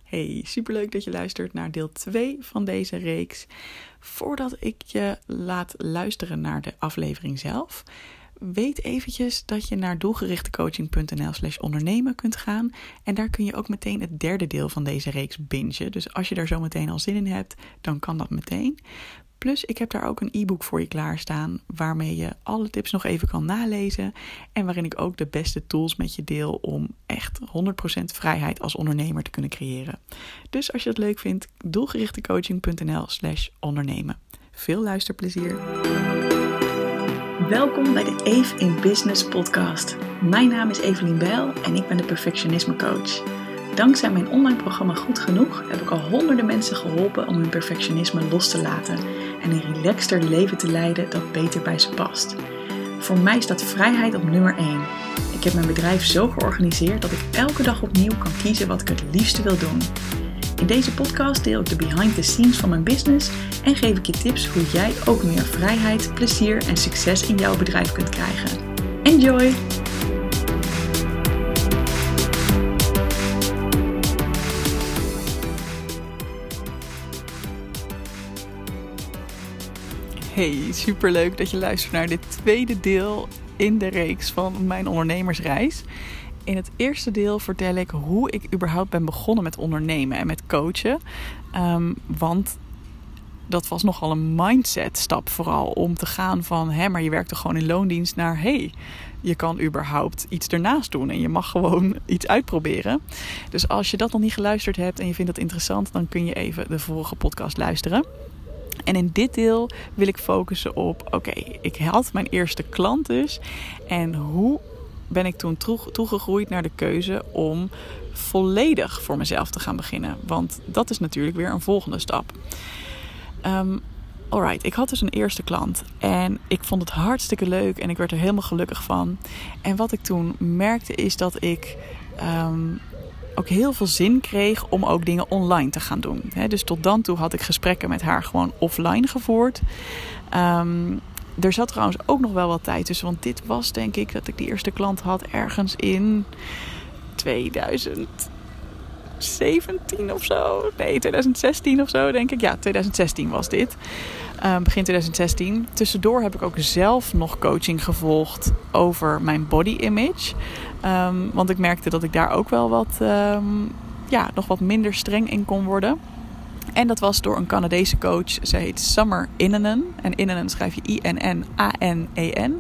Hey, superleuk dat je luistert naar deel 2 van deze reeks. Voordat ik je laat luisteren naar de aflevering zelf, weet eventjes dat je naar doelgerichtecoaching.nl/ondernemen kunt gaan. En daar kun je ook meteen het derde deel van deze reeks bingen. Dus als je daar zo meteen al zin in hebt, dan kan dat meteen. Plus, ik heb daar ook een e-book voor je klaarstaan, waarmee je alle tips nog even kan nalezen. En waarin ik ook de beste tools met je deel om echt 100% vrijheid als ondernemer te kunnen creëren. Dus als je het leuk vindt, doelgerichtecoaching.nl/ondernemen. Veel luisterplezier. Welkom bij de Eve in Business podcast. Mijn naam is Evelien Bijl en ik ben de perfectionisme coach. Dankzij mijn online programma Goed Genoeg heb ik al honderden mensen geholpen om hun perfectionisme los te laten en een relaxter leven te leiden dat beter bij ze past. Voor mij staat vrijheid op nummer 1. Ik heb mijn bedrijf zo georganiseerd dat ik elke dag opnieuw kan kiezen wat ik het liefste wil doen. In deze podcast deel ik de behind the scenes van mijn business en geef ik je tips hoe jij ook meer vrijheid, plezier en succes in jouw bedrijf kunt krijgen. Enjoy! Hey, superleuk dat je luistert naar dit tweede deel in de reeks van mijn ondernemersreis. In het eerste deel vertel ik hoe ik überhaupt ben begonnen met ondernemen en met coachen. Want dat was nogal een mindset stap vooral om te gaan van maar je werkt toch gewoon in loondienst naar je kan überhaupt iets ernaast doen en je mag gewoon iets uitproberen. Dus als je dat nog niet geluisterd hebt en je vindt dat interessant, dan kun je even de vorige podcast luisteren. En in dit deel wil ik focussen op, ik had mijn eerste klant dus. En hoe ben ik toen toegegroeid naar de keuze om volledig voor mezelf te gaan beginnen? Want dat is natuurlijk weer een volgende stap. Ik had dus een eerste klant. En ik vond het hartstikke leuk en ik werd er helemaal gelukkig van. En wat ik toen merkte is dat ik ook heel veel zin kreeg om ook dingen online te gaan doen. Dus tot dan toe had ik gesprekken met haar gewoon offline gevoerd. Er zat trouwens ook nog wel wat tijd tussen. Want dit was denk ik dat ik die eerste klant had ergens in 2017 of zo. Nee, 2016 of zo denk ik. Ja, 2016 was dit. Begin 2016. Tussendoor heb ik ook zelf nog coaching gevolgd over mijn body image. Want ik merkte dat ik daar ook wel nog wat minder streng in kon worden. En dat was door een Canadese coach. Ze heet Summer Innanen. En Innanen schrijf je I-N-N-A-N-E-N.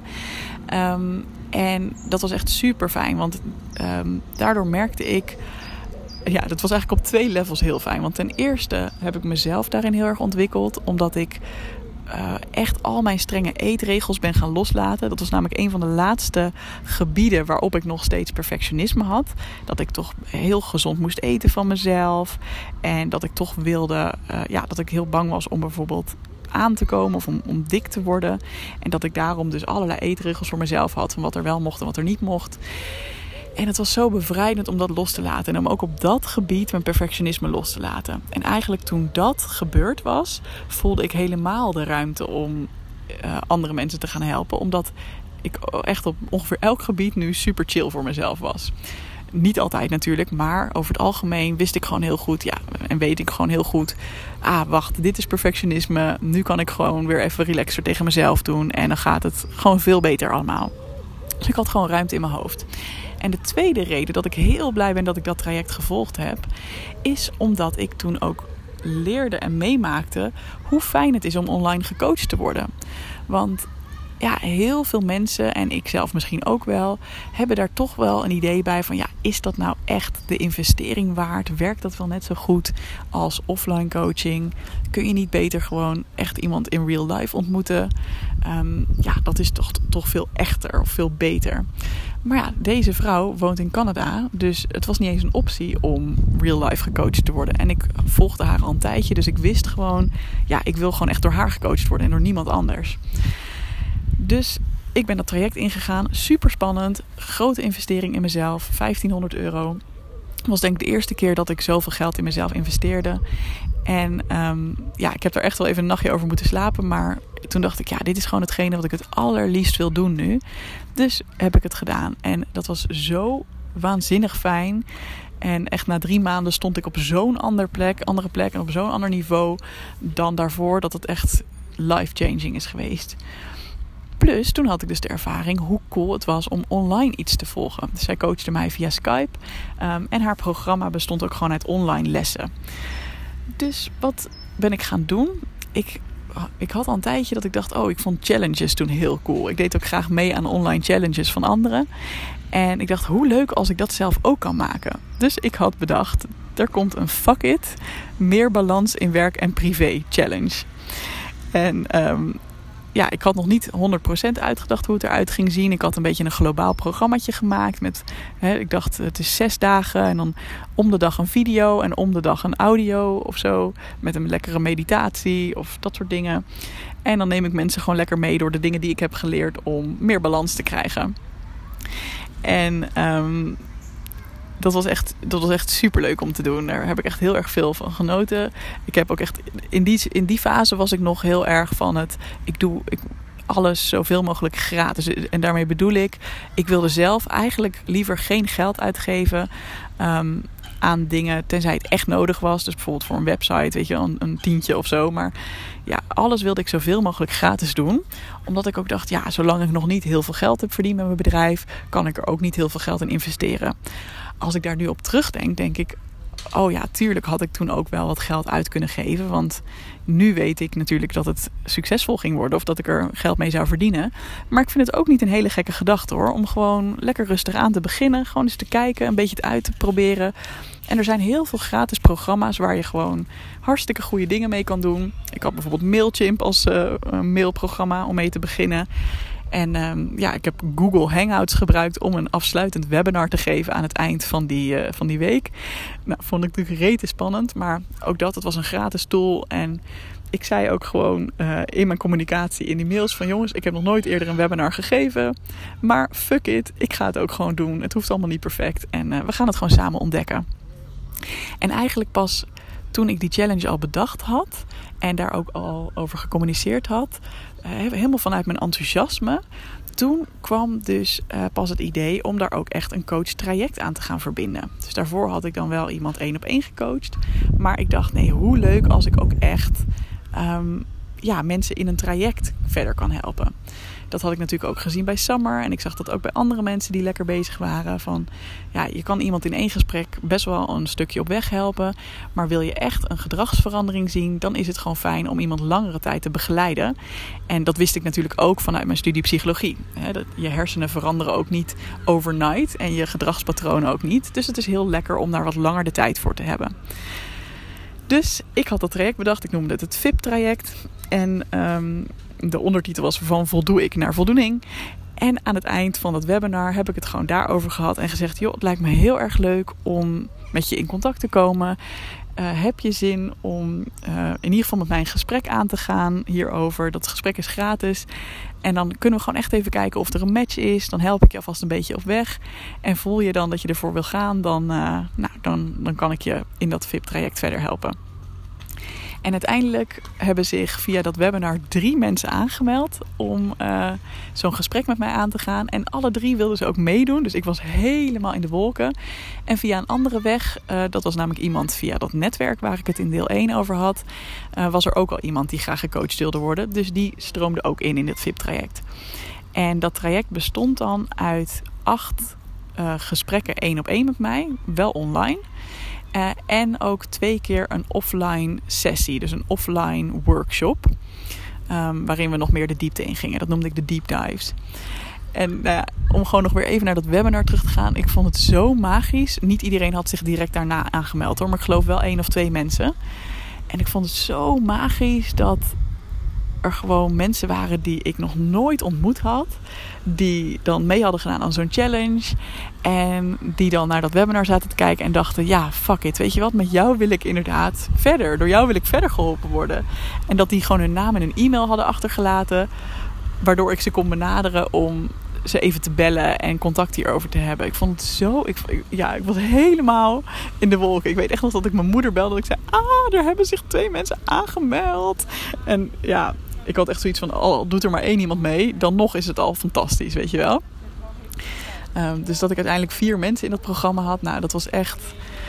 En dat was echt super fijn. Want daardoor merkte ik... Ja, dat was eigenlijk op 2 levels heel fijn. Want ten eerste heb ik mezelf daarin heel erg ontwikkeld. Omdat ik echt al mijn strenge eetregels ben gaan loslaten. Dat was namelijk een van de laatste gebieden waarop ik nog steeds perfectionisme had. Dat ik toch heel gezond moest eten van mezelf. En dat ik toch wilde, dat ik heel bang was om bijvoorbeeld aan te komen of om dik te worden. En dat ik daarom dus allerlei eetregels voor mezelf had. Van wat er wel mocht en wat er niet mocht. En het was zo bevrijdend om dat los te laten. En om ook op dat gebied mijn perfectionisme los te laten. En eigenlijk toen dat gebeurd was, voelde ik helemaal de ruimte om andere mensen te gaan helpen. Omdat ik echt op ongeveer elk gebied nu super chill voor mezelf was. Niet altijd natuurlijk, maar over het algemeen wist ik gewoon heel goed. En weet ik gewoon heel goed. Wacht, dit is perfectionisme. Nu kan ik gewoon weer even relaxer tegen mezelf doen. En dan gaat het gewoon veel beter allemaal. Dus ik had gewoon ruimte in mijn hoofd. En de tweede reden dat ik heel blij ben dat ik dat traject gevolgd heb, is omdat ik toen ook leerde en meemaakte hoe fijn het is om online gecoacht te worden. Want heel veel mensen, en ik zelf misschien ook wel, hebben daar toch wel een idee bij van is dat nou echt de investering waard? Werkt dat wel net zo goed als offline coaching? Kun je niet beter gewoon echt iemand in real life ontmoeten? Dat is toch veel echter of veel beter. Maar deze vrouw woont in Canada, dus het was niet eens een optie om real life gecoacht te worden. En ik volgde haar al een tijdje, dus ik wist gewoon, ik wil gewoon echt door haar gecoacht worden en door niemand anders. Dus ik ben dat traject ingegaan. Super spannend. Grote investering in mezelf. €1500. Dat was denk ik de eerste keer dat ik zoveel geld in mezelf investeerde. En ik heb er echt wel even een nachtje over moeten slapen. Maar toen dacht ik, dit is gewoon hetgene wat ik het allerliefst wil doen nu. Dus heb ik het gedaan. En dat was zo waanzinnig fijn. En echt na 3 maanden stond ik op zo'n andere plek en op zo'n ander niveau dan daarvoor, dat het echt life-changing is geweest. Plus, toen had ik dus de ervaring hoe cool het was om online iets te volgen. Dus zij coachte mij via Skype. En haar programma bestond ook gewoon uit online lessen. Dus wat ben ik gaan doen? Ik had al een tijdje dat ik dacht, ik vond challenges toen heel cool. Ik deed ook graag mee aan online challenges van anderen. En ik dacht, hoe leuk als ik dat zelf ook kan maken. Dus ik had bedacht, er komt een fuck it, meer balans in werk en privé challenge. En ik had nog niet 100% uitgedacht hoe het eruit ging zien. Ik had een beetje een globaal programmaatje gemaakt. Ik dacht, het is 6 dagen en dan om de dag een video en om de dag een audio of zo. Met een lekkere meditatie of dat soort dingen. En dan neem ik mensen gewoon lekker mee door de dingen die ik heb geleerd om meer balans te krijgen. En dat was echt super leuk om te doen. Daar heb ik echt heel erg veel van genoten. Ik heb ook echt in die fase was ik nog heel erg van het. Ik doe alles zoveel mogelijk gratis. En daarmee bedoel ik wilde zelf eigenlijk liever geen geld uitgeven aan dingen, tenzij het echt nodig was. Dus bijvoorbeeld voor een website, weet je, een tientje of zo. Maar ja, alles wilde ik zoveel mogelijk gratis doen. Omdat ik ook dacht, zolang ik nog niet heel veel geld heb verdiend met mijn bedrijf, kan ik er ook niet heel veel geld in investeren. Als ik daar nu op terugdenk, denk ik, tuurlijk had ik toen ook wel wat geld uit kunnen geven. Want nu weet ik natuurlijk dat het succesvol ging worden of dat ik er geld mee zou verdienen. Maar ik vind het ook niet een hele gekke gedachte hoor. Om gewoon lekker rustig aan te beginnen. Gewoon eens te kijken, een beetje het uit te proberen. En er zijn heel veel gratis programma's waar je gewoon hartstikke goede dingen mee kan doen. Ik had bijvoorbeeld Mailchimp als mailprogramma om mee te beginnen. En ik heb Google Hangouts gebruikt om een afsluitend webinar te geven aan het eind van die week. Nou, vond ik natuurlijk rete spannend, maar ook het was een gratis tool. En ik zei ook gewoon in mijn communicatie in die mails van jongens, ik heb nog nooit eerder een webinar gegeven. Maar fuck it, ik ga het ook gewoon doen. Het hoeft allemaal niet perfect en we gaan het gewoon samen ontdekken. En eigenlijk pas toen ik die challenge al bedacht had en daar ook al over gecommuniceerd had, helemaal vanuit mijn enthousiasme, toen kwam dus pas het idee om daar ook echt een coach-traject aan te gaan verbinden. Dus daarvoor had ik dan wel iemand 1-op-1 gecoacht. Maar ik dacht, nee, hoe leuk als ik ook echt mensen in een traject verder kan helpen. Dat had ik natuurlijk ook gezien bij Summer. En ik zag dat ook bij andere mensen die lekker bezig waren. Van, je kan iemand in 1 gesprek best wel een stukje op weg helpen. Maar wil je echt een gedragsverandering zien, dan is het gewoon fijn om iemand langere tijd te begeleiden. En dat wist ik natuurlijk ook vanuit mijn studie psychologie. Je hersenen veranderen ook niet overnight. En je gedragspatronen ook niet. Dus het is heel lekker om daar wat langer de tijd voor te hebben. Dus ik had dat traject bedacht. Ik noemde het VIP-traject. En de ondertitel was van voldoe ik naar voldoening. En aan het eind van dat webinar heb ik het gewoon daarover gehad. En gezegd, het lijkt me heel erg leuk om met je in contact te komen. Heb je zin om in ieder geval met mij een gesprek aan te gaan hierover? Dat gesprek is gratis. En dan kunnen we gewoon echt even kijken of er een match is. Dan help ik je alvast een beetje op weg. En voel je dan dat je ervoor wil gaan, dan kan ik je in dat VIP-traject verder helpen. En uiteindelijk hebben zich via dat webinar 3 mensen aangemeld om zo'n gesprek met mij aan te gaan. En alle 3 wilden ze ook meedoen. Dus ik was helemaal in de wolken. En via een andere weg, dat was namelijk iemand via dat netwerk waar ik het in deel 1 over had, was er ook al iemand die graag gecoacht wilde worden. Dus die stroomde ook in dit VIP-traject. En dat traject bestond dan uit 8 gesprekken 1-op-1 met mij, wel online. En ook 2 keer een offline sessie, dus een offline workshop. Waarin we nog meer de diepte in gingen. Dat noemde ik de deep dives. En om gewoon nog weer even naar dat webinar terug te gaan. Ik vond het zo magisch. Niet iedereen had zich direct daarna aangemeld hoor. Maar ik geloof wel 1 of 2 mensen. En ik vond het zo magisch dat er gewoon mensen waren die ik nog nooit ontmoet had. Die dan mee hadden gedaan aan zo'n challenge. En die dan naar dat webinar zaten te kijken en dachten, fuck it. Weet je wat, met jou wil ik inderdaad verder. Door jou wil ik verder geholpen worden. En dat die gewoon hun naam en hun e-mail hadden achtergelaten. Waardoor ik ze kon benaderen om ze even te bellen en contact hierover te hebben. Ik vond het zo. Ik was helemaal in de wolken. Ik weet echt nog dat ik mijn moeder belde. Dat ik zei, er hebben zich 2 mensen aangemeld. En ik had echt zoiets van, doet er maar 1 iemand mee. Dan nog is het al fantastisch, weet je wel. Dus dat ik uiteindelijk 4 mensen in dat programma had. Nou, dat was echt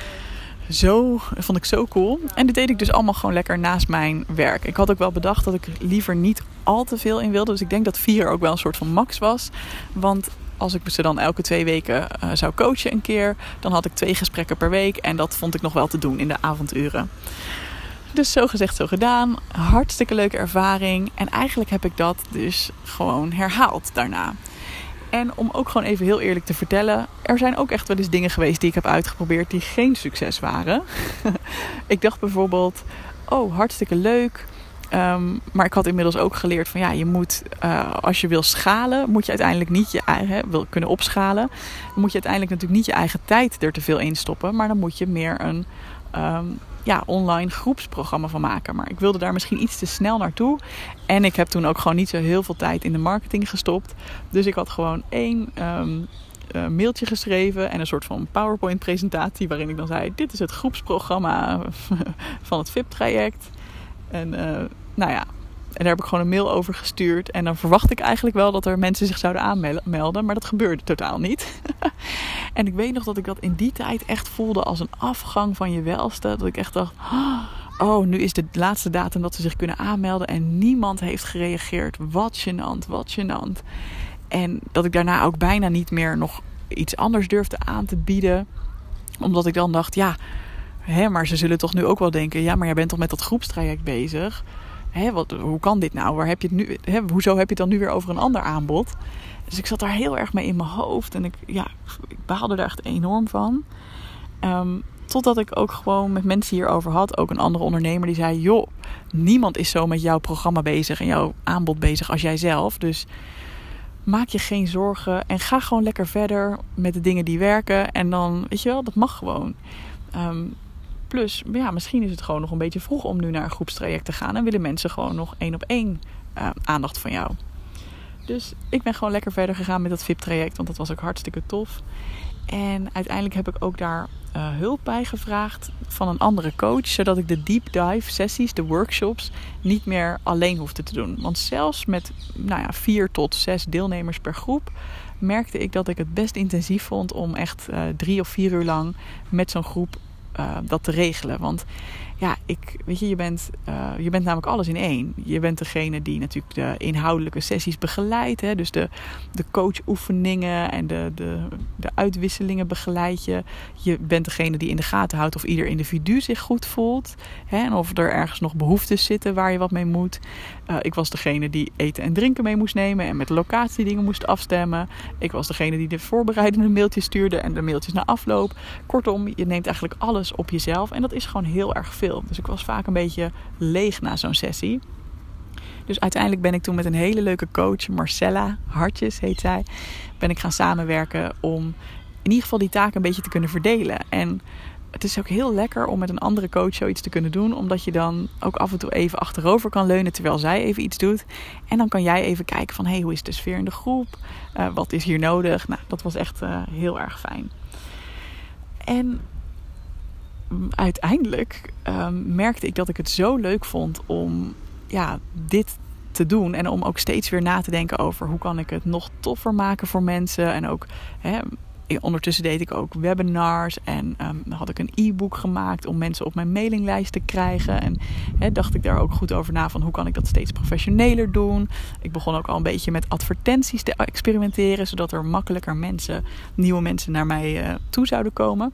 vond ik zo cool. En dit deed ik dus allemaal gewoon lekker naast mijn werk. Ik had ook wel bedacht dat ik liever niet al te veel in wilde. Dus ik denk dat 4 ook wel een soort van max was. Want als ik ze dan elke 2 weken zou coachen een keer, dan had ik 2 gesprekken per week. En dat vond ik nog wel te doen in de avonduren. Dus zo gezegd, zo gedaan. Hartstikke leuke ervaring. En eigenlijk heb ik dat dus gewoon herhaald daarna. En om ook gewoon even heel eerlijk te vertellen, er zijn ook echt wel eens dingen geweest die ik heb uitgeprobeerd die geen succes waren. Ik dacht bijvoorbeeld, hartstikke leuk. Maar ik had inmiddels ook geleerd van je moet, als je wil schalen, moet je uiteindelijk niet je eigen, wil kunnen opschalen, dan moet je uiteindelijk natuurlijk niet je eigen tijd er te veel in stoppen. Maar dan moet je meer een online groepsprogramma van maken. Maar ik wilde daar misschien iets te snel naartoe. En ik heb toen ook gewoon niet zo heel veel tijd in de marketing gestopt. Dus ik had gewoon 1 mailtje geschreven en een soort van PowerPoint presentatie waarin ik dan zei, dit is het groepsprogramma van het VIP-traject. En en daar heb ik gewoon een mail over gestuurd. En dan verwacht ik eigenlijk wel dat er mensen zich zouden aanmelden. Maar dat gebeurde totaal niet. En ik weet nog dat ik dat in die tijd echt voelde als een afgang van je welste. Dat ik echt dacht, nu is de laatste datum dat ze zich kunnen aanmelden. En niemand heeft gereageerd. Wat gênant, wat gênant. En dat ik daarna ook bijna niet meer nog iets anders durfde aan te bieden. Omdat ik dan dacht, maar ze zullen toch nu ook wel denken, maar jij bent toch met dat groepstraject bezig? Hoe kan dit nou? Waar heb je het nu? Hoezo heb je het dan nu weer over een ander aanbod? Dus ik zat daar heel erg mee in mijn hoofd. En ik behaalde er echt enorm van. Totdat ik ook gewoon met mensen hierover had. Ook een andere ondernemer die zei, joh, niemand is zo met jouw programma bezig en jouw aanbod bezig als jij zelf. Dus maak je geen zorgen en ga gewoon lekker verder met de dingen die werken. En dan, weet je wel, dat mag gewoon. Plus, misschien is het gewoon nog een beetje vroeg om nu naar een groepstraject te gaan. En willen mensen gewoon nog 1-op-1 aandacht van jou. Dus ik ben gewoon lekker verder gegaan met dat VIP-traject. Want dat was ook hartstikke tof. En uiteindelijk heb ik ook daar hulp bij gevraagd van een andere coach. Zodat ik de deep dive sessies, de workshops, niet meer alleen hoefde te doen. Want zelfs met 4 tot 6 deelnemers per groep merkte ik dat ik het best intensief vond om echt 3 of 4 uur lang met zo'n groep dat te regelen. Want je bent namelijk alles in één. Je bent degene die natuurlijk de inhoudelijke sessies begeleidt. Hè? Dus de coachoefeningen en de uitwisselingen begeleid je. Je bent degene die in de gaten houdt of ieder individu zich goed voelt. Hè? En of er ergens nog behoeftes zitten waar je wat mee moet. Ik was degene die eten en drinken mee moest nemen en met de locatie dingen moest afstemmen. Ik was degene die de voorbereidende mailtjes stuurde en de mailtjes na afloop. Kortom, je neemt eigenlijk alles op jezelf en dat is gewoon heel erg veel. Dus ik was vaak een beetje leeg na zo'n sessie. Dus uiteindelijk ben ik toen met een hele leuke coach, Marcella Hartjes heet zij, ben ik gaan samenwerken om in ieder geval die taken een beetje te kunnen verdelen. En het is ook heel lekker om met een andere coach zoiets te kunnen doen. Omdat je dan ook af en toe even achterover kan leunen terwijl zij even iets doet. En dan kan jij even kijken van hoe is de sfeer in de groep? Wat is hier nodig? Nou, dat was echt heel erg fijn. En uiteindelijk merkte ik dat ik het zo leuk vond om dit te doen. En om ook steeds weer na te denken over hoe kan ik het nog toffer maken voor mensen. En ook ondertussen deed ik ook webinars en had ik een e-book gemaakt om mensen op mijn mailinglijst te krijgen. En dacht ik daar ook goed over na van hoe kan ik dat steeds professioneler doen. Ik begon ook al een beetje met advertenties te experimenteren, zodat er makkelijker nieuwe mensen naar mij toe zouden komen.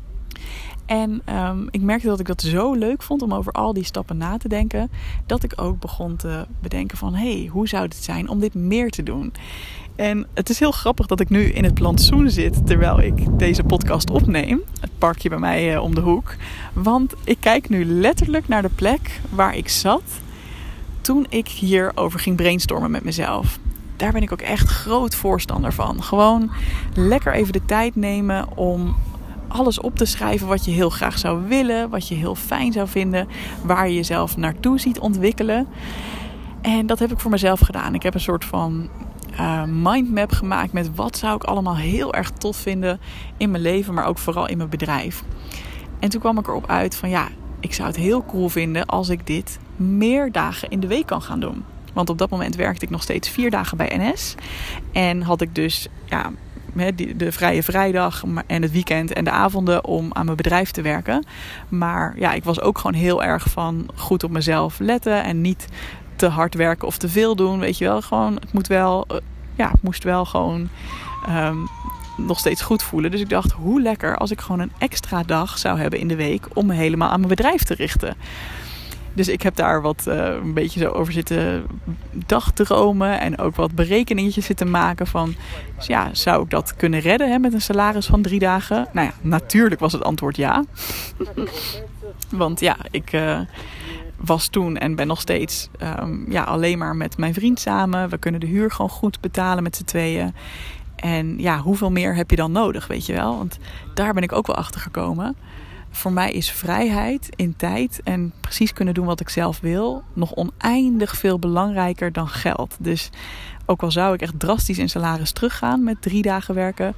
En ik merkte dat ik dat zo leuk vond om over al die stappen na te denken, dat ik ook begon te bedenken van hoe zou het zijn om dit meer te doen? En het is heel grappig dat ik nu in het plantsoen zit terwijl ik deze podcast opneem. Het parkje bij mij om de hoek. Want ik kijk nu letterlijk naar de plek waar ik zat toen ik hierover ging brainstormen met mezelf. Daar ben ik ook echt groot voorstander van. Gewoon lekker even de tijd nemen om alles op te schrijven wat je heel graag zou willen. Wat je heel fijn zou vinden. Waar je jezelf naartoe ziet ontwikkelen. En dat heb ik voor mezelf gedaan. Ik heb een soort van mindmap gemaakt met wat zou ik allemaal heel erg tof vinden in mijn leven, maar ook vooral in mijn bedrijf. En toen kwam ik erop uit van ik zou het heel cool vinden als ik dit meer dagen in de week kan gaan doen. Want op dat moment werkte ik nog steeds 4 dagen bij NS. En had ik dus de vrije vrijdag en het weekend en de avonden om aan mijn bedrijf te werken. Maar ja, ik was ook gewoon heel erg van goed op mezelf letten en niet te hard werken of te veel doen. Weet je wel, gewoon, het moest wel gewoon nog steeds goed voelen. Dus ik dacht, hoe lekker als ik gewoon een extra dag zou hebben in de week om me helemaal aan mijn bedrijf te richten. Dus ik heb daar een beetje zo over zitten dagdromen en ook wat berekeningetjes zitten maken van, dus ja, zou ik dat kunnen redden met een salaris van 3 dagen? Nou ja, natuurlijk was het antwoord ja. Want ja, ik was toen en ben nog steeds alleen maar met mijn vriend samen. We kunnen de huur gewoon goed betalen met z'n tweeën. En ja, hoeveel meer heb je dan nodig, weet je wel? Want daar ben ik ook wel achter gekomen. Voor mij is vrijheid in tijd en precies kunnen doen wat ik zelf wil nog oneindig veel belangrijker dan geld. Dus ook al zou ik echt drastisch in salaris teruggaan met 3 dagen werken,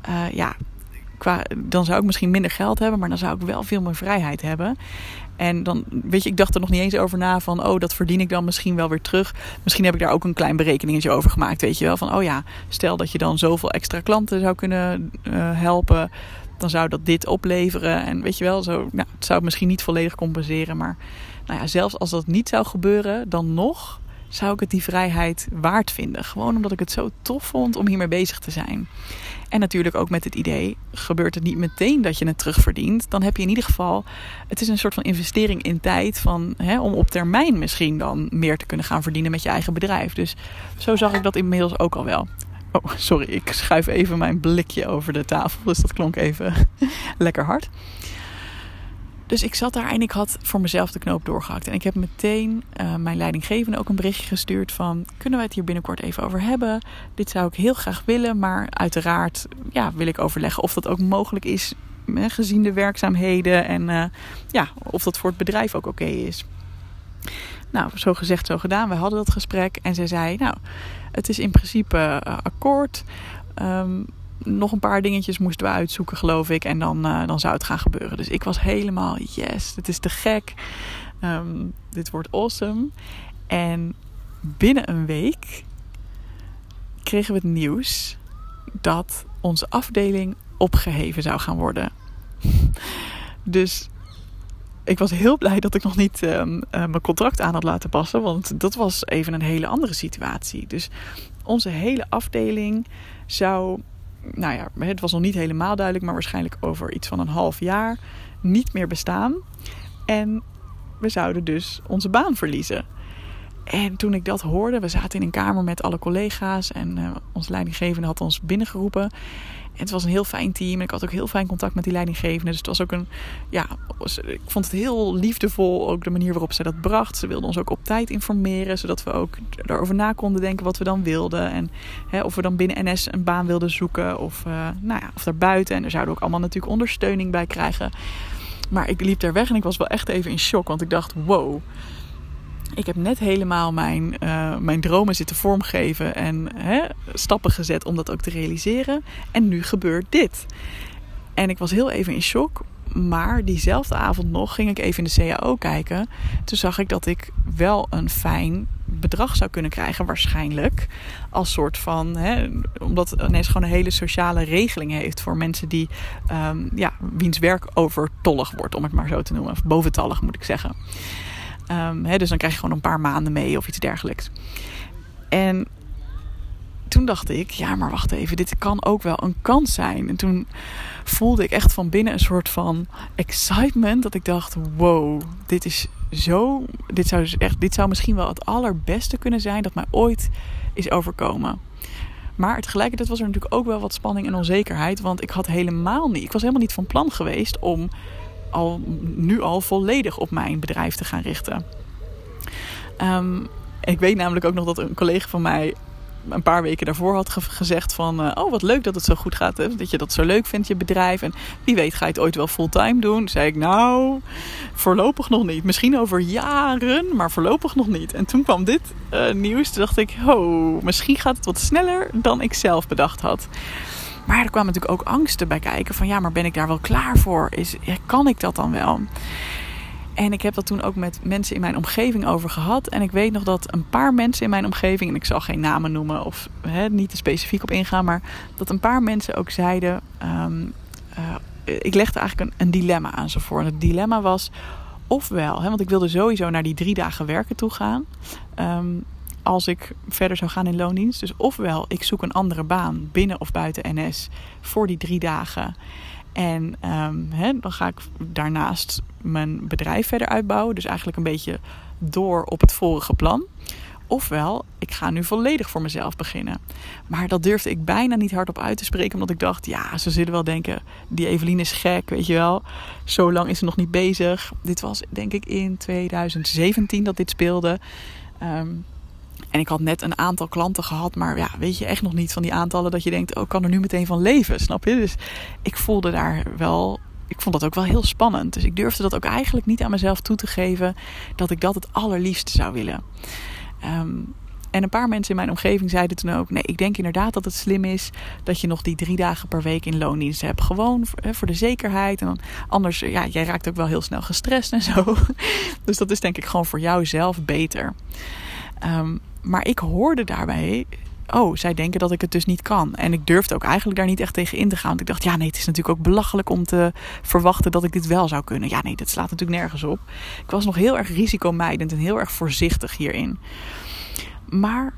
dan zou ik misschien minder geld hebben, maar dan zou ik wel veel meer vrijheid hebben. En dan, weet je, ik dacht er nog niet eens over na van, dat verdien ik dan misschien wel weer terug. Misschien heb ik daar ook een klein berekeningetje over gemaakt, weet je wel. Van, stel dat je dan zoveel extra klanten zou kunnen helpen, dan zou dat dit opleveren. En weet je wel, het zou misschien niet volledig compenseren. Maar zelfs als dat niet zou gebeuren, dan nog zou ik het die vrijheid waard vinden. Gewoon omdat ik het zo tof vond om hiermee bezig te zijn. En natuurlijk ook met het idee, gebeurt het niet meteen dat je het terugverdient, dan heb je in ieder geval, het is een soort van investering in tijd om op termijn misschien dan meer te kunnen gaan verdienen met je eigen bedrijf. Dus zo zag ik dat inmiddels ook al wel. Oh, sorry, ik schuif even mijn blikje over de tafel, dus dat klonk even lekker hard. Dus ik zat daar en ik had voor mezelf de knoop doorgehakt. En ik heb meteen mijn leidinggevende ook een berichtje gestuurd van, kunnen wij het hier binnenkort even over hebben? Dit zou ik heel graag willen, maar uiteraard wil ik overleggen of dat ook mogelijk is, gezien de werkzaamheden en of dat voor het bedrijf ook oké is. Nou, zo gezegd, zo gedaan. We hadden dat gesprek en zij zei, het is in principe akkoord. Nog een paar dingetjes moesten we uitzoeken, geloof ik. En dan zou het gaan gebeuren. Dus ik was helemaal, yes, het is te gek. Dit wordt awesome. En binnen een week kregen we het nieuws dat onze afdeling opgeheven zou gaan worden. Dus ik was heel blij dat ik nog niet mijn contract aan had laten passen. Want dat was even een hele andere situatie. Dus onze hele afdeling zou, het was nog niet helemaal duidelijk, maar waarschijnlijk over iets van een half jaar niet meer bestaan. En we zouden dus onze baan verliezen. En toen ik dat hoorde, we zaten in een kamer met alle collega's en onze leidinggevende had ons binnengeroepen. En het was een heel fijn team en ik had ook heel fijn contact met die leidinggevende. Dus het was ook ik vond het heel liefdevol, ook de manier waarop zij dat bracht. Ze wilde ons ook op tijd informeren, zodat we ook daarover na konden denken wat we dan wilden. En of we dan binnen NS een baan wilden zoeken of daarbuiten. En daar zouden we ook allemaal natuurlijk ondersteuning bij krijgen. Maar ik liep daar weg en ik was wel echt even in shock, want ik dacht, wow. Ik heb net helemaal mijn dromen zitten vormgeven en stappen gezet om dat ook te realiseren. En nu gebeurt dit. En ik was heel even in shock. Maar diezelfde avond nog ging ik even in de CAO kijken. Toen zag ik dat ik wel een fijn bedrag zou kunnen krijgen, waarschijnlijk. Als soort van, omdat NS gewoon een hele sociale regeling heeft voor mensen die, wiens werk overtollig wordt, om het maar zo te noemen. Of boventallig moet ik zeggen. Dus dan krijg je gewoon een paar maanden mee of iets dergelijks. En toen dacht ik, maar wacht even, dit kan ook wel een kans zijn. En toen voelde ik echt van binnen een soort van excitement, dat ik dacht, wow, dit zou misschien wel het allerbeste kunnen zijn dat mij ooit is overkomen. Maar tegelijkertijd was er natuurlijk ook wel wat spanning en onzekerheid, want ik was helemaal niet van plan geweest om nu al volledig op mijn bedrijf te gaan richten. Ik weet namelijk ook nog dat een collega van mij een paar weken daarvoor had gezegd van, wat leuk dat het zo goed gaat, hè? Dat je dat zo leuk vindt, je bedrijf. En wie weet ga je het ooit wel fulltime doen. Toen zei ik, voorlopig nog niet. Misschien over jaren, maar voorlopig nog niet. En toen kwam dit nieuws. Toen dacht ik, misschien gaat het wat sneller dan ik zelf bedacht had. Maar er kwamen natuurlijk ook angsten bij kijken van, maar ben ik daar wel klaar voor? Kan ik dat dan wel? En ik heb dat toen ook met mensen in mijn omgeving over gehad. En ik weet nog dat een paar mensen in mijn omgeving, en ik zal geen namen noemen of niet te specifiek op ingaan, maar dat een paar mensen ook zeiden, ik legde eigenlijk een dilemma aan ze voor. En het dilemma was ofwel, want ik wilde sowieso naar die 3 dagen werken toe gaan, als ik verder zou gaan in loondienst. Dus ofwel ik zoek een andere baan binnen of buiten NS voor die 3 dagen. En dan ga ik daarnaast mijn bedrijf verder uitbouwen. Dus eigenlijk een beetje door op het vorige plan. Ofwel, ik ga nu volledig voor mezelf beginnen. Maar dat durfde ik bijna niet hardop uit te spreken. Omdat ik dacht, ja, ze zullen wel denken, die Evelien is gek, weet je wel. Zo lang is ze nog niet bezig. Dit was denk ik in 2017 dat dit speelde. En ik had net een aantal klanten gehad. Maar ja, weet je echt nog niet van die aantallen dat je denkt, oh, ik kan er nu meteen van leven, snap je? Dus ik voelde daar wel, ik vond dat ook wel heel spannend. Dus ik durfde dat ook eigenlijk niet aan mezelf toe te geven, dat ik dat het allerliefste zou willen. En een paar mensen in mijn omgeving zeiden toen ook, nee, ik denk inderdaad dat het slim is dat je nog die 3 dagen per week in loondienst hebt. Gewoon voor de zekerheid. En dan anders, ja, jij raakt ook wel heel snel gestrest en zo. Dus dat is denk ik gewoon voor jou zelf beter. Maar ik hoorde daarbij, zij denken dat ik het dus niet kan. En ik durfde ook eigenlijk daar niet echt tegen in te gaan. Want ik dacht, ja nee, het is natuurlijk ook belachelijk om te verwachten dat ik dit wel zou kunnen. Ja nee, dat slaat natuurlijk nergens op. Ik was nog heel erg risicomijdend en heel erg voorzichtig hierin. Maar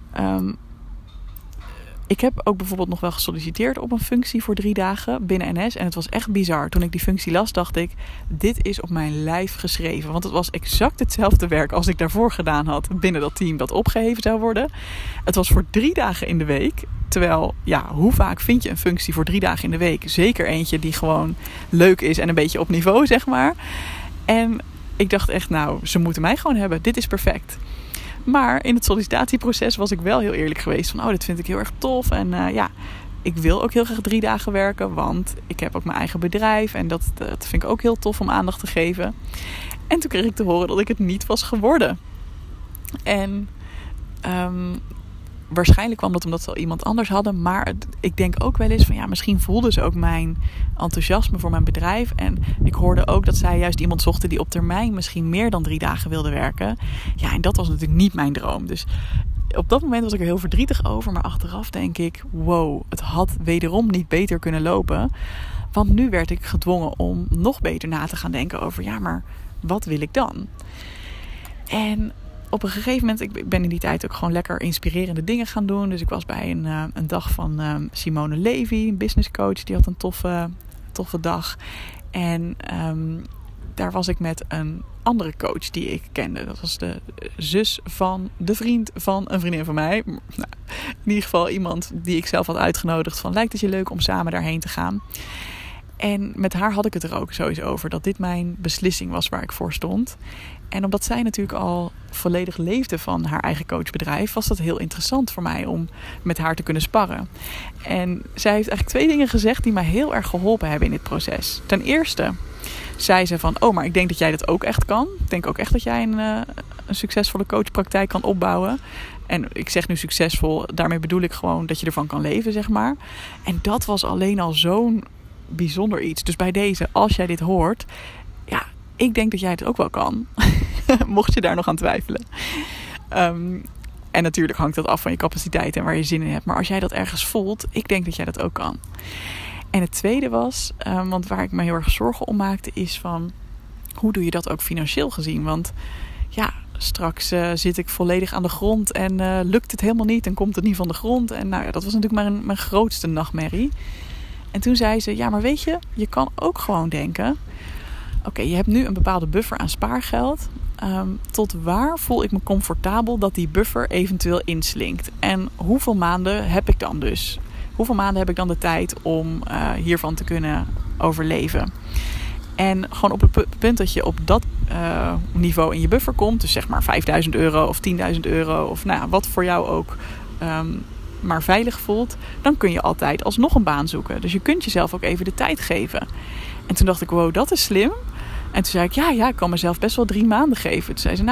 ik heb ook bijvoorbeeld nog wel gesolliciteerd op een functie voor 3 dagen binnen NS. En het was echt bizar. Toen ik die functie las, dacht ik, dit is op mijn lijf geschreven. Want het was exact hetzelfde werk als ik daarvoor gedaan had binnen dat team dat opgeheven zou worden. Het was voor 3 dagen in de week. Terwijl, ja, hoe vaak vind je een functie voor 3 dagen in de week? Zeker eentje die gewoon leuk is en een beetje op niveau, zeg maar. En ik dacht echt, nou, ze moeten mij gewoon hebben. Dit is perfect. Maar in het sollicitatieproces was ik wel heel eerlijk geweest. Van, dit vind ik heel erg tof. En ik wil ook heel graag 3 dagen werken. Want ik heb ook mijn eigen bedrijf. En dat vind ik ook heel tof om aandacht te geven. En toen kreeg ik te horen dat ik het niet was geworden. En waarschijnlijk kwam dat omdat ze al iemand anders hadden. Maar ik denk ook wel eens van, ja, misschien voelden ze ook mijn enthousiasme voor mijn bedrijf. En ik hoorde ook dat zij juist iemand zochten die op termijn misschien meer dan 3 dagen wilde werken. Ja, en dat was natuurlijk niet mijn droom. Dus op dat moment was ik er heel verdrietig over. Maar achteraf denk ik, wow, het had wederom niet beter kunnen lopen. Want nu werd ik gedwongen om nog beter na te gaan denken over, ja, maar wat wil ik dan? En op een gegeven moment, ik ben in die tijd ook gewoon lekker inspirerende dingen gaan doen. Dus ik was bij een dag van Simone Levy, een business coach. Die had een toffe dag. En daar was ik met een andere coach die ik kende. Dat was de zus van de vriend van een vriendin van mij. Nou, in ieder geval iemand die ik zelf had uitgenodigd. Van, lijkt het je leuk om samen daarheen te gaan? En met haar had ik het er ook sowieso over. Dat dit mijn beslissing was waar ik voor stond. En omdat zij natuurlijk al volledig leefde van haar eigen coachbedrijf, was dat heel interessant voor mij om met haar te kunnen sparren. En zij heeft eigenlijk 2 dingen gezegd die mij heel erg geholpen hebben in dit proces. Ten eerste zei ze van, maar ik denk dat jij dat ook echt kan. Ik denk ook echt dat jij een succesvolle coachpraktijk kan opbouwen. En ik zeg nu succesvol, daarmee bedoel ik gewoon dat je ervan kan leven, zeg maar. En dat was alleen al zo'n bijzonder iets. Dus bij deze, als jij dit hoort, ja, ik denk dat jij het ook wel kan. Mocht je daar nog aan twijfelen. En natuurlijk hangt dat af van je capaciteit en waar je zin in hebt. Maar als jij dat ergens voelt, ik denk dat jij dat ook kan. En het tweede was, want waar ik me heel erg zorgen om maakte, is van, hoe doe je dat ook financieel gezien? Want ja, straks zit ik volledig aan de grond en lukt het helemaal niet en komt het niet van de grond. En nou ja, dat was natuurlijk maar mijn grootste nachtmerrie. En toen zei ze, ja, maar weet je, je kan ook gewoon denken, oké, je hebt nu een bepaalde buffer aan spaargeld. Tot waar voel ik me comfortabel dat die buffer eventueel inslinkt? En hoeveel maanden heb ik dan dus? Hoeveel maanden heb ik dan de tijd om hiervan te kunnen overleven? En gewoon op het punt dat je op dat niveau in je buffer komt, dus zeg maar €5.000 of €10.000 of nou, wat voor jou ook maar veilig voelt, dan kun je altijd alsnog een baan zoeken. Dus je kunt jezelf ook even de tijd geven. En toen dacht ik, wow, dat is slim. En toen zei ik, ja, ik kan mezelf best wel 3 maanden geven. Toen zei ze, nou,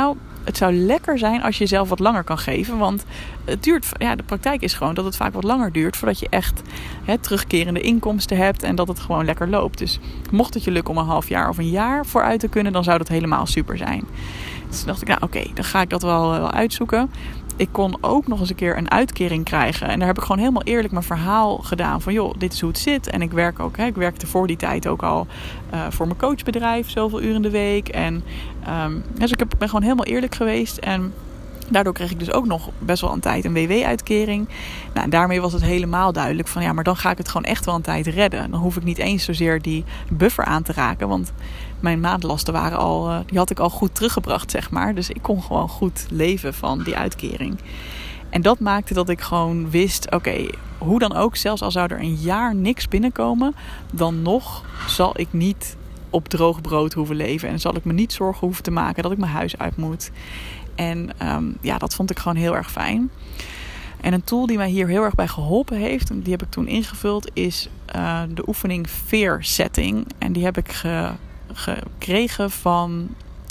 het zou lekker zijn als je jezelf wat langer kan geven. Want het duurt, de praktijk is gewoon dat het vaak wat langer duurt voordat je echt terugkerende inkomsten hebt en dat het gewoon lekker loopt. Dus mocht het je lukken om een half jaar of een jaar vooruit te kunnen, dan zou dat helemaal super zijn. Dus toen dacht ik, oké, dan ga ik dat wel uitzoeken. Ik kon ook nog eens een keer een uitkering krijgen. En daar heb ik gewoon helemaal eerlijk mijn verhaal gedaan. Van joh, dit is hoe het zit. En ik werk ook. Ik werkte voor die tijd ook al voor mijn coachbedrijf. Zoveel uren in de week. En dus ik ben gewoon helemaal eerlijk geweest. En daardoor kreeg ik dus ook nog best wel een tijd een WW-uitkering. Nou, en daarmee was het helemaal duidelijk van maar dan ga ik het gewoon echt wel een tijd redden. Dan hoef ik niet eens zozeer die buffer aan te raken. Want mijn maandlasten waren al, die had ik al goed teruggebracht, zeg maar. Dus ik kon gewoon goed leven van die uitkering. En dat maakte dat ik gewoon wist, oké, hoe dan ook, zelfs al zou er een jaar niks binnenkomen, dan nog zal ik niet op droog brood hoeven leven. En zal ik me niet zorgen hoeven te maken dat ik mijn huis uit moet. En dat vond ik gewoon heel erg fijn. En een tool die mij hier heel erg bij geholpen heeft, en die heb ik toen ingevuld, is de oefening Fear Setting. En die heb ik gekregen van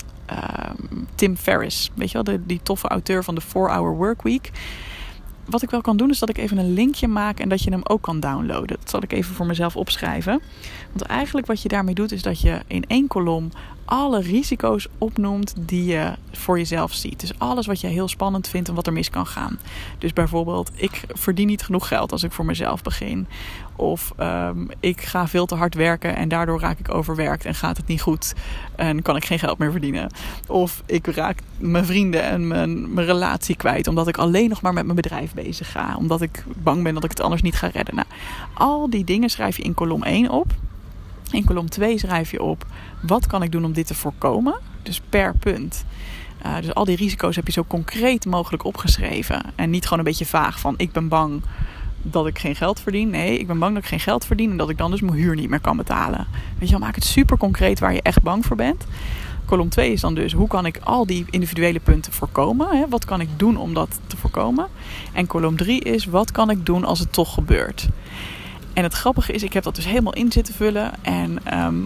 Tim Ferriss. Weet je wel, die toffe auteur van de 4-Hour Workweek. Wat ik wel kan doen is dat ik even een linkje maak en dat je hem ook kan downloaden. Dat zal ik even voor mezelf opschrijven. Want eigenlijk wat je daarmee doet is dat je in 1 kolom alle risico's opnoemt die je voor jezelf ziet. Dus alles wat je heel spannend vindt en wat er mis kan gaan. Dus bijvoorbeeld, ik verdien niet genoeg geld als ik voor mezelf begin. Of ik ga veel te hard werken en daardoor raak ik overwerkt en gaat het niet goed. En kan ik geen geld meer verdienen. Of ik raak mijn vrienden en mijn relatie kwijt omdat ik alleen nog maar met mijn bedrijf bezig ga. Omdat ik bang ben dat ik het anders niet ga redden. Nou, al die dingen schrijf je in kolom 1 op. In kolom 2 schrijf je op, wat kan ik doen om dit te voorkomen? Dus per punt. Dus al die risico's heb je zo concreet mogelijk opgeschreven. En niet gewoon een beetje vaag van, ik ben bang dat ik geen geld verdien. Nee, ik ben bang dat ik geen geld verdien en dat ik dan dus mijn huur niet meer kan betalen. Weet je wel, maak het super concreet waar je echt bang voor bent. Kolom 2 is dan dus, hoe kan ik al die individuele punten voorkomen? Wat kan ik doen om dat te voorkomen? En kolom 3 is, wat kan ik doen als het toch gebeurt? En het grappige is, ik heb dat dus helemaal in zitten vullen. En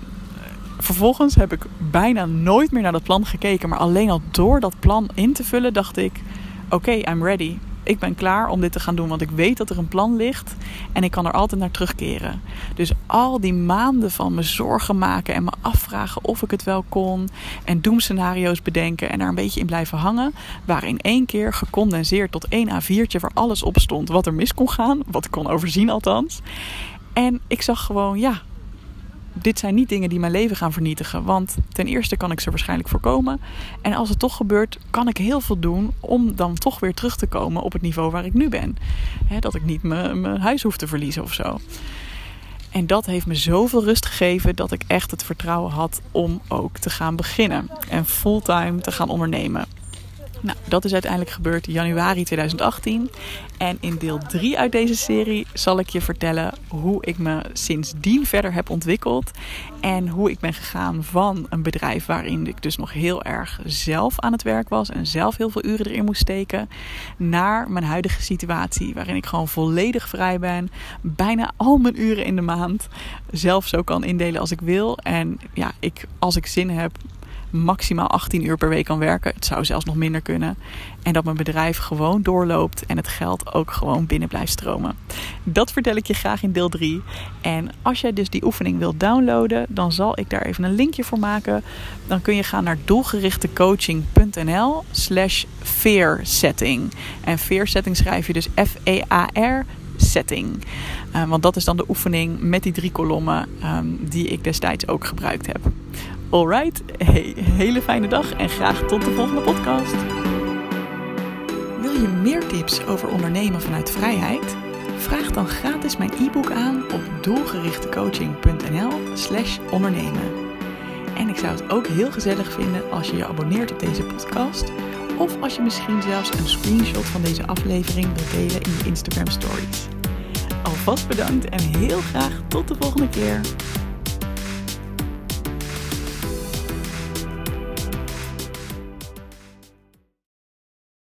vervolgens heb ik bijna nooit meer naar dat plan gekeken. Maar alleen al door dat plan in te vullen dacht ik, oké, I'm ready. Ik ben klaar om dit te gaan doen, want ik weet dat er een plan ligt. En ik kan er altijd naar terugkeren. Dus al die maanden van me zorgen maken en me afvragen of ik het wel kon. En doemscenario's bedenken en daar een beetje in blijven hangen. Waren in 1 keer gecondenseerd tot 1 A4'tje waar alles op stond wat er mis kon gaan. Wat ik kon overzien althans. En ik zag gewoon, dit zijn niet dingen die mijn leven gaan vernietigen. Want ten eerste kan ik ze waarschijnlijk voorkomen. En als het toch gebeurt, kan ik heel veel doen om dan toch weer terug te komen op het niveau waar ik nu ben. Dat ik niet mijn huis hoef te verliezen of zo. En dat heeft me zoveel rust gegeven dat ik echt het vertrouwen had om ook te gaan beginnen. En fulltime te gaan ondernemen. Nou, dat is uiteindelijk gebeurd in januari 2018. En in deel 3 uit deze serie zal ik je vertellen hoe ik me sindsdien verder heb ontwikkeld. En hoe ik ben gegaan van een bedrijf waarin ik dus nog heel erg zelf aan het werk was. En zelf heel veel uren erin moest steken. Naar mijn huidige situatie waarin ik gewoon volledig vrij ben. Bijna al mijn uren in de maand zelf zo kan indelen als ik wil. En als ik zin heb, maximaal 18 uur per week kan werken. Het zou zelfs nog minder kunnen. En dat mijn bedrijf gewoon doorloopt en het geld ook gewoon binnen blijft stromen. Dat vertel ik je graag in deel 3. En als jij dus die oefening wilt downloaden, dan zal ik daar even een linkje voor maken. Dan kun je gaan naar doelgerichtecoaching.nl/fearsetting. En fearsetting schrijf je dus F-E-A-R setting. Want dat is dan de oefening met die 3 kolommen die ik destijds ook gebruikt heb. Alright, hele fijne dag en graag tot de volgende podcast. Wil je meer tips over ondernemen vanuit vrijheid? Vraag dan gratis mijn e-book aan op doelgerichtecoaching.nl/ondernemen. En ik zou het ook heel gezellig vinden als je je abonneert op deze podcast. Of als je misschien zelfs een screenshot van deze aflevering wilt delen in je Instagram stories. Alvast bedankt en heel graag tot de volgende keer.